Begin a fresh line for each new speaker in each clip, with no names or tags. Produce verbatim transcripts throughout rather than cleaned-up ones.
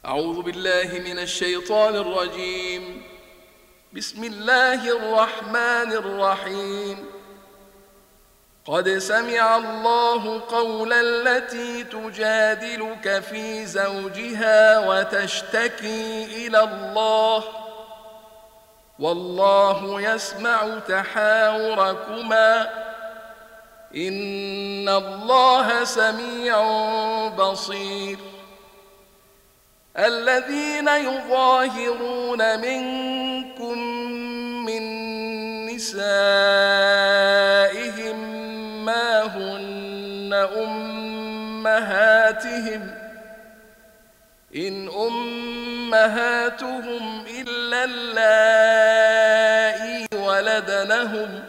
أعوذ بالله من الشيطان الرجيم. بسم الله الرحمن الرحيم. قد سمع الله قول التي تجادلك في زوجها وتشتكي إلى الله والله يسمع تحاوركما إن الله سميع بصير. الذين يظاهرون منكم من نسائهم ما هن أمهاتهم إن أمهاتهم إلا اللائي ولدنهم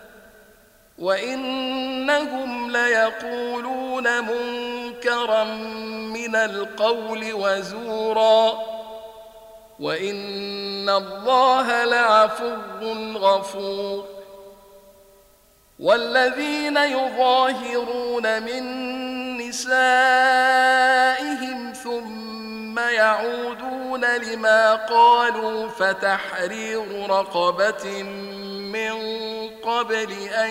وإنهم ليقولون منكرا من القول وزورا وإن الله لعفو غفور. والذين يظاهرون من نسائهم ثم يعودون لما قالوا فتحرير رقبة من قبل أن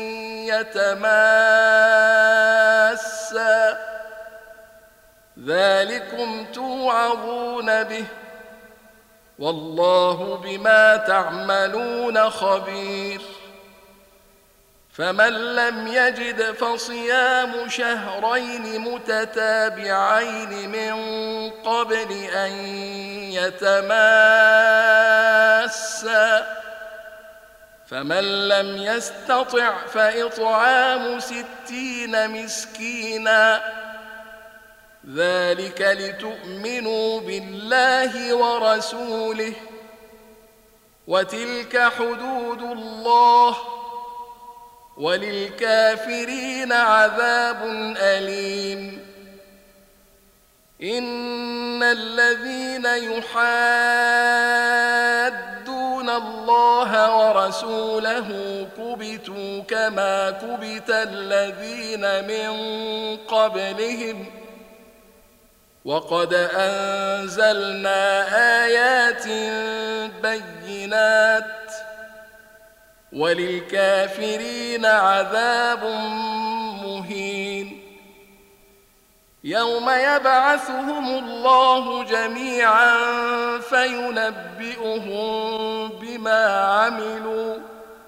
يتماسا ذلكم توعظون به والله بما تعملون خبير. فمن لم يجد فصيام شهرين متتابعين من قبل أن يتماسا فمن لم يستطع فإطعام ستين مسكينا ذلك لتؤمنوا بالله ورسوله وتلك حدود الله وللكافرين عذاب أليم. إن الذين يحادون الله ورسوله كبتوا كما كبت الذين من قبلهم وقد أنزلنا آيات بينات وللكافرين عذاب مهين. يوم يبعثهم الله جميعا فينبئهم بما عملوا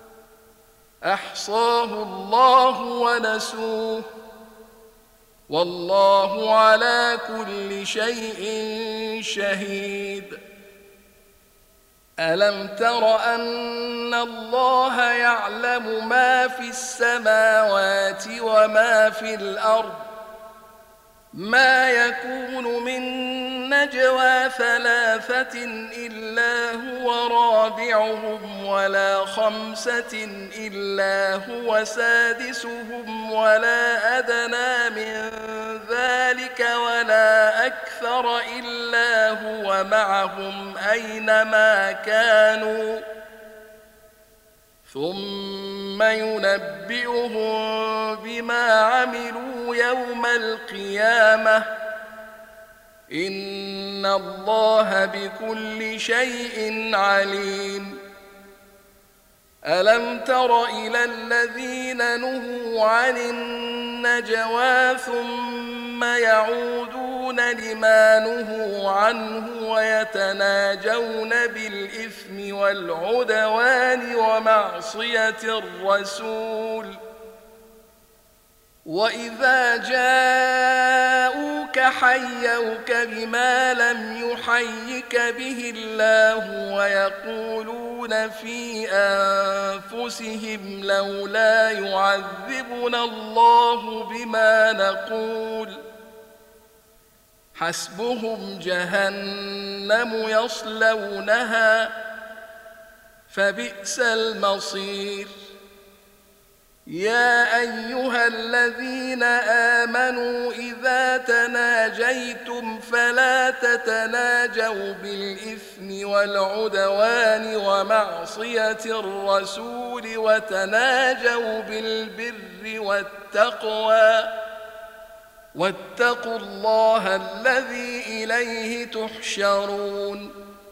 أحصاه الله ونسوه والله على كل شيء شهيد. ألم تر أن الله يعلم ما في السماوات وما في الأرض ما يكون من نجوى ثلاثة إلا هو رابعهم ولا خمسة إلا هو سادسهم ولا أدنى من ذلك ولا أكثر إلا هو معهم أينما كانوا ثم ينبئهم بما عملوا يوم القيامة إن الله بكل شيء عليم. ألم تر إلى الذين نهوا عن النجوى ثم يعودون لما نهوا عنه ويتناجون بالإثم والعدوان ومعصية الرسول وإذا جاءوك حيوك بما لم يحيك به الله ويقولون في أنفسهم لولا يعذبنا الله بما نقول حسبهم جهنم يصلونها فبئس المصير. يا أيها الذين آمنوا إذا تناجيتم فلا تتناجوا بالإثم والعدوان ومعصية الرسول وتناجوا بالبر والتقوى واتقوا الله الذي إليه تحشرون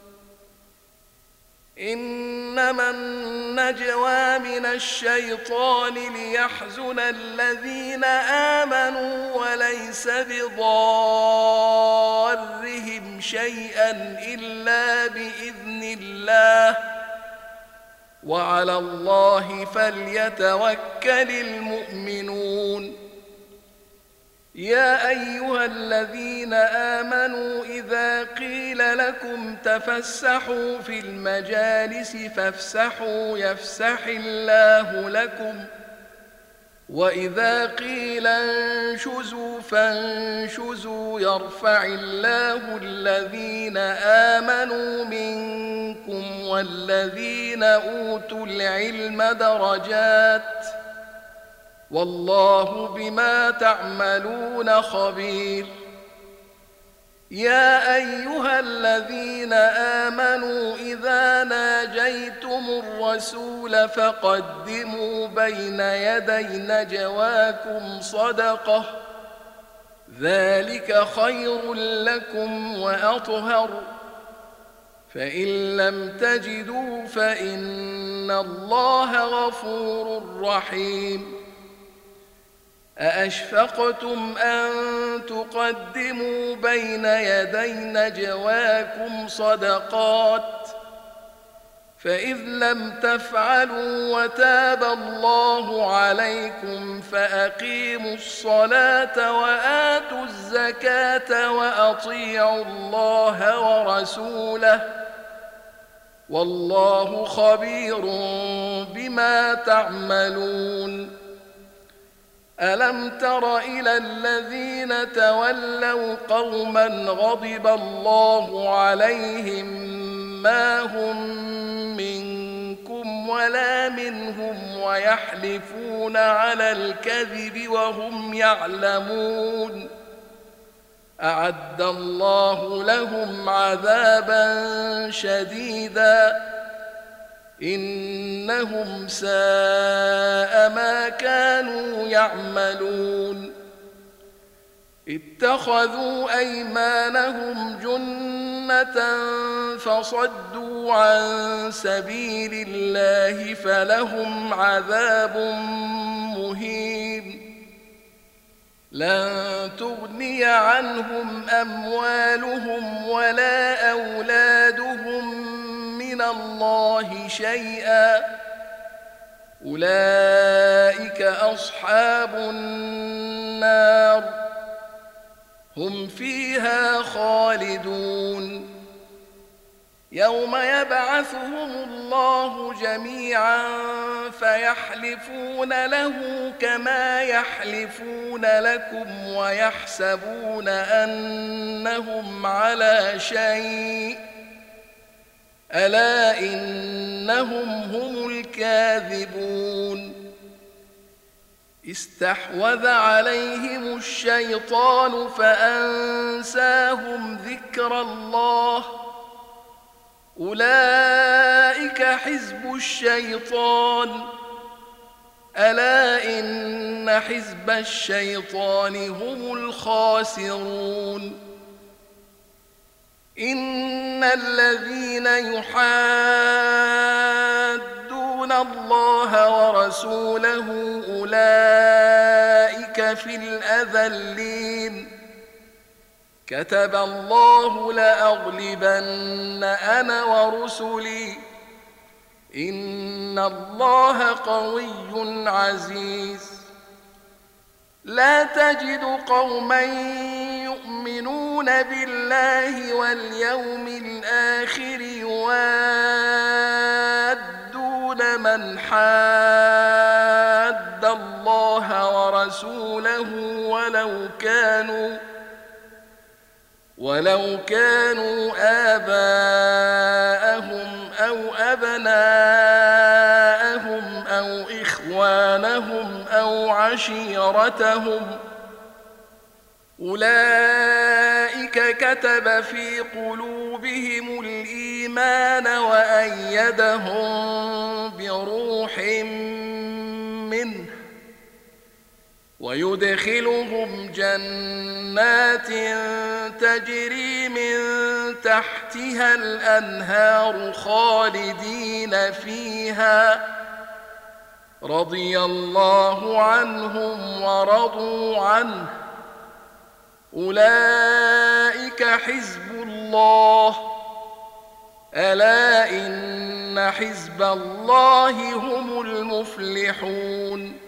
إنما النجوى من الشيطان ليحزن الذين آمنوا وليس بضارهم شيئا إلا بإذن الله وعلى الله فليتوكل المؤمنون يا أيها الذين آمنوا إذا قيل لكم تفسحوا في المجالس فافسحوا يفسح الله لكم وإذا قيل انشزوا فانشزوا يرفع الله الذين آمنوا منكم والذين أوتوا العلم درجات والله بما تعملون خبير يا أيها الذين آمنوا إذا ناجيتم الرسول فقدموا بين يدي نجواكم صدقة ذلك خير لكم وأطهر فإن لم تجدوا فإن الله غفور رحيم أأشفقتم أن تقدموا بين يدي نجواكم صدقات فإذ لم تفعلوا وتاب الله عليكم فأقيموا الصلاة وآتوا الزكاة وأطيعوا الله ورسوله والله خبير بما تعملون ألم تر إلى الذين تولوا قوما غضب الله عليهم ما هم منكم ولا منهم ويحلفون على الكذب وهم يعلمون أعد الله لهم عذابا شديدا إنهم ساء ما كانوا يعملون اتخذوا أيمانهم جنة فصدوا عن سبيل الله فلهم عذاب مهين لن تغني عنهم أموالهم ولا أولادهم من الله شيئا أولئك أصحاب النار هم فيها خالدون يوم يبعثهم الله جميعا فيحلفون له كما يحلفون لكم ويحسبون أنهم على شيء ألا إنهم هم الكاذبون استحوذ عليهم الشيطان فأنساهم ذكر الله أولئك حزب الشيطان ألا إن حزب الشيطان هم الخاسرون إن الذين يحادون الله ورسوله أولئك في الأذلين كتب الله لأغلبن أنا ورسلي إن الله قوي عزيز لا تجد قوما يؤمنون بالله واليوم الآخر يوادون من حاد الله ورسوله ولو كانوا ولو كانوا آباءهم أو أبناءهم أو إخوانهم أو عشيرتهم أولئك كتب في قلوبهم الإيمان وأيدهم بروح منه ويدخلهم جنات تجري من تحتها الأنهار خالدين فيها رضي الله عنهم ورضوا عنه أولئك حزب الله ألا إن حزب الله هم المفلحون